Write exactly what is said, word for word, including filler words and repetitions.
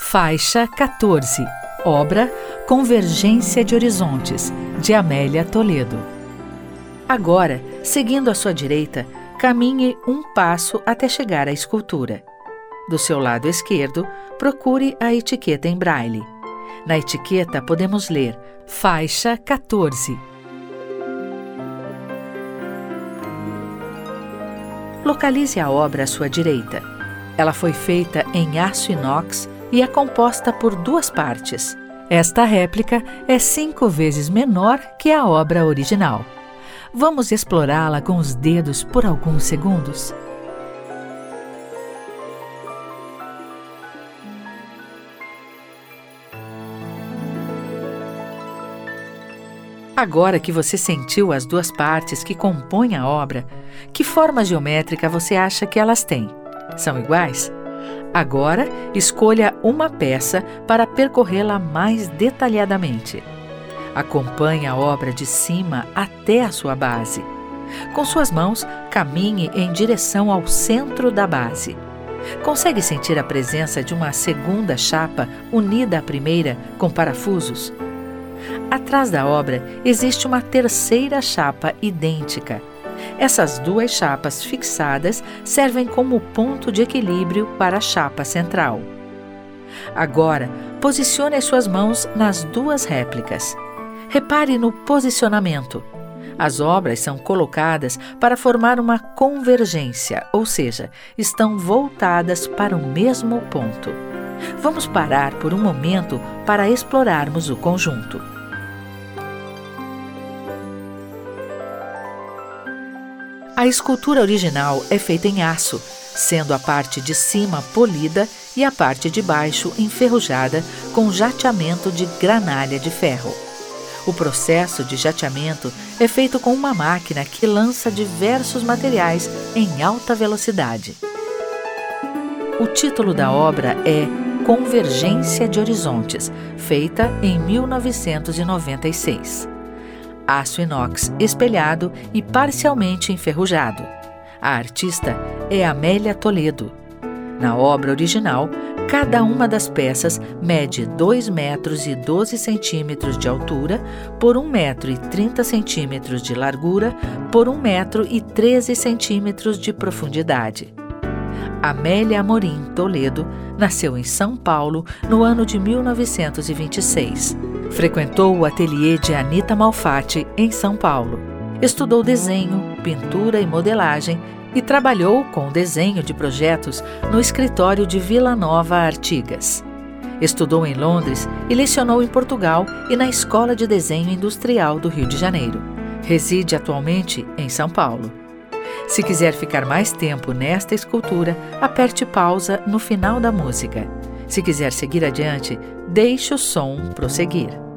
Faixa quatorze. Obra Convergência de Horizontes, de Amélia Toledo. Agora, seguindo à sua direita, caminhe um passo até chegar à escultura. Do seu lado esquerdo, procure a etiqueta em braille. Na etiqueta podemos ler Faixa quatorze. Localize a obra à sua direita. Ela foi feita em aço inox e é composta por duas partes. Esta réplica é cinco vezes menor que a obra original. Vamos explorá-la com os dedos por alguns segundos? Agora que você sentiu as duas partes que compõem a obra, que forma geométrica você acha que elas têm? São iguais? Agora, escolha uma peça para percorrê-la mais detalhadamente. Acompanhe a obra de cima até a sua base. Com suas mãos, caminhe em direção ao centro da base. Consegue sentir a presença de uma segunda chapa unida à primeira com parafusos? Atrás da obra existe uma terceira chapa idêntica. Essas duas chapas fixadas servem como ponto de equilíbrio para a chapa central. Agora, posicione as suas mãos nas duas réplicas. Repare no posicionamento. As obras são colocadas para formar uma convergência, ou seja, estão voltadas para o mesmo ponto. Vamos parar por um momento para explorarmos o conjunto. A escultura original é feita em aço, sendo a parte de cima polida e a parte de baixo enferrujada com jateamento de granalha de ferro. O processo de jateamento é feito com uma máquina que lança diversos materiais em alta velocidade. O título da obra é Convergência de Horizontes, feita em mil novecentos e noventa e seis. Aço inox espelhado e parcialmente enferrujado. A artista é Amélia Toledo. Na obra original, cada uma das peças mede dois metros e doze centímetros de altura por um metro e trinta centímetros de largura por um metro e treze centímetros de profundidade. Amélia Amorim Toledo nasceu em São Paulo no ano de mil novecentos e vinte e seis. Frequentou o ateliê de Anita Malfatti, em São Paulo. Estudou desenho, pintura e modelagem e trabalhou com desenho de projetos no escritório de Vila Nova Artigas. Estudou em Londres e lecionou em Portugal e na Escola de Desenho Industrial do Rio de Janeiro. Reside atualmente em São Paulo. Se quiser ficar mais tempo nesta escultura, aperte pausa no final da música. Se quiser seguir adiante, deixe o som prosseguir.